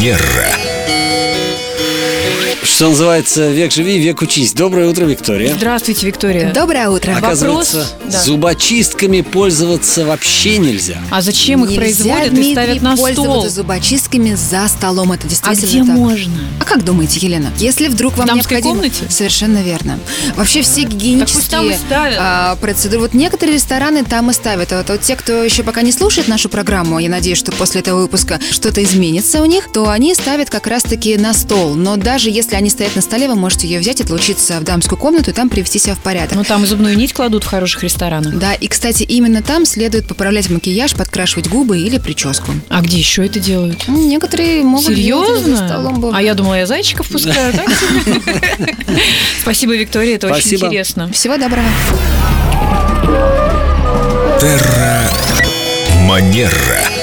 Манера. Что называется, век живи, век учись. Доброе утро, Виктория. Здравствуйте, Виктория. Доброе утро. Оказывается, зубочистками пользоваться вообще нельзя. А зачем их производят и ставят на стол? Пользоваться зубочистками за столом. Это А действительно где так. можно? А как думаете, Елена? Если вдруг вам В дамской необходимо... комнате? Совершенно верно. Вообще все Так пусть там и гигиенические ставят. процедуры. Вот некоторые рестораны там и ставят. Вот те, кто еще пока не слушает нашу программу, я надеюсь, что после этого выпуска что-то изменится у них, то они ставят как раз-таки на стол. Но даже если они стоят на столе, вы можете ее взять, отлучиться в дамскую комнату и там привести себя в порядок. Ну, там и зубную нить кладут в хороших ресторанах. Да, и, кстати, именно там следует поправлять макияж, подкрашивать губы или прическу. А где еще это делают? Некоторые могут делать это за столом. Серьезно? А я думала, я зайчиков пускаю, так? Спасибо, Виктория, это очень Спасибо. интересно. Всего доброго. Манера.